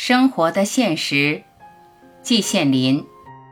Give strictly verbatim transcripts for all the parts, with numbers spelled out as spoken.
生活的现实，季羡林。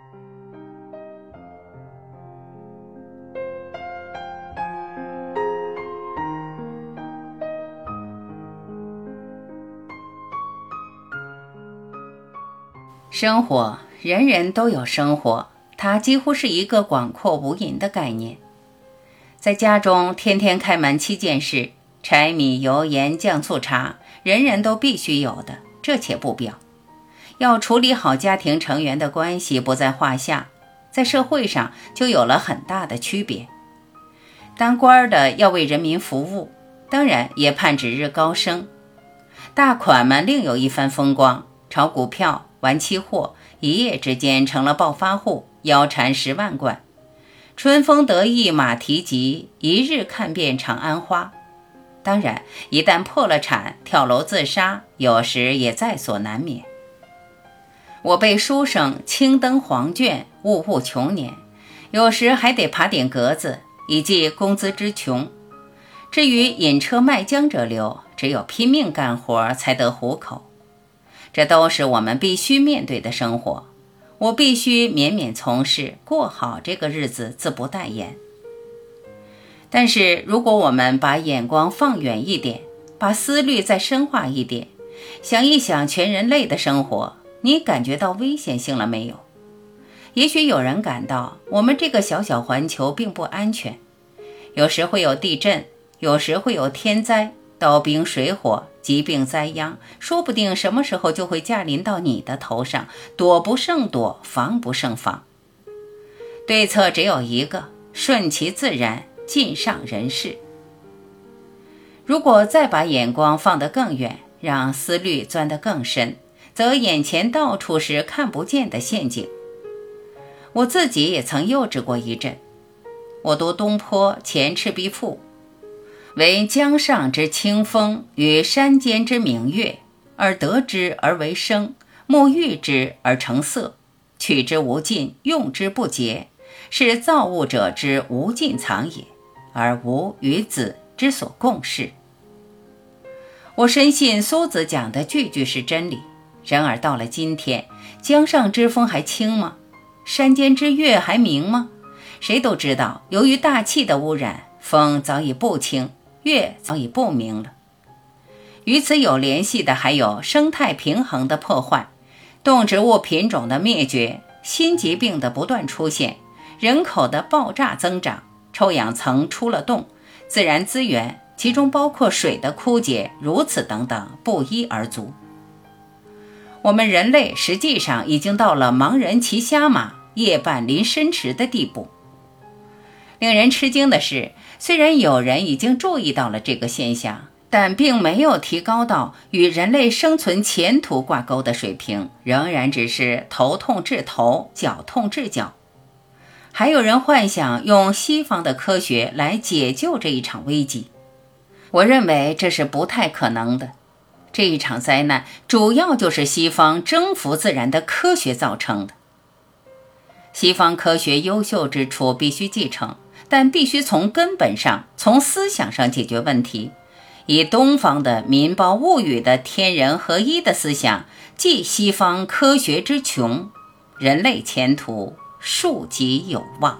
生活，人人都有生活，它几乎是一个广阔无垠的概念。在家中天天开门七件事，柴米油盐酱醋茶，人人都必须有的，这且不表。要处理好家庭成员的关系不在话下，在社会上就有了很大的区别。当官的要为人民服务，当然也盼指日高升。大款们另有一番风光，炒股票玩期货，一夜之间成了暴发户，腰缠十万贯。春风得意马蹄疾，一日看遍长安花。当然，一旦破了产，跳楼自杀，有时也在所难免。我辈书生青灯黄卷，物物穷年，有时还得爬点格子，以济工资之穷。至于引车卖浆者流，只有拼命干活才得糊口。这都是我们必须面对的生活，我必须勉勉从事，过好这个日子，自不待言。但是如果我们把眼光放远一点，把思虑再深化一点，想一想全人类的生活，你感觉到危险性了没有？也许有人感到我们这个小小环球并不安全，有时会有地震，有时会有天灾，刀兵水火，疾病灾殃，说不定什么时候就会驾临到你的头上，躲不胜躲，防不胜防。对策只有一个，顺其自然，尽上人事。如果再把眼光放得更远，让思虑钻得更深，则眼前到处是看不见的陷阱。我自己也曾幼稚过一阵。我读东坡《前赤壁赋》，为江上之清风与山间之明月，而得之而为声，沐浴之而成色，取之无尽，用之不竭，是造物者之无尽藏也，而吾与子之所共适。我深信苏子讲的句句是真理，然而到了今天，江上之风还清吗？山间之月还明吗？谁都知道，由于大气的污染，风早已不清，月早已不明了。与此有联系的还有生态平衡的破坏，动植物品种的灭绝，新疾病的不断出现，人口的爆炸增长，臭氧层出了洞，自然资源其中包括水的枯竭，如此等等，不一而足。我们人类实际上已经到了盲人骑瞎马，夜半临深池的地步。令人吃惊的是，虽然有人已经注意到了这个现象，但并没有提高到与人类生存前途挂钩的水平，仍然只是头痛治头，脚痛治脚。还有人幻想用西方的科学来解救这一场危机，我认为这是不太可能的。这一场灾难主要就是西方征服自然的科学造成的。西方科学优秀之处必须继承，但必须从根本上，从思想上解决问题，以东方的民胞物语的天人合一的思想，继西方科学之穷，人类前途庶几有望。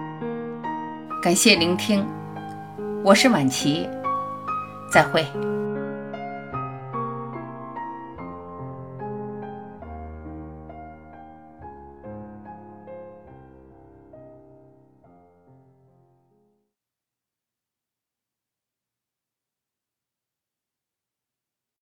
感谢聆听，我是婉琪，再会。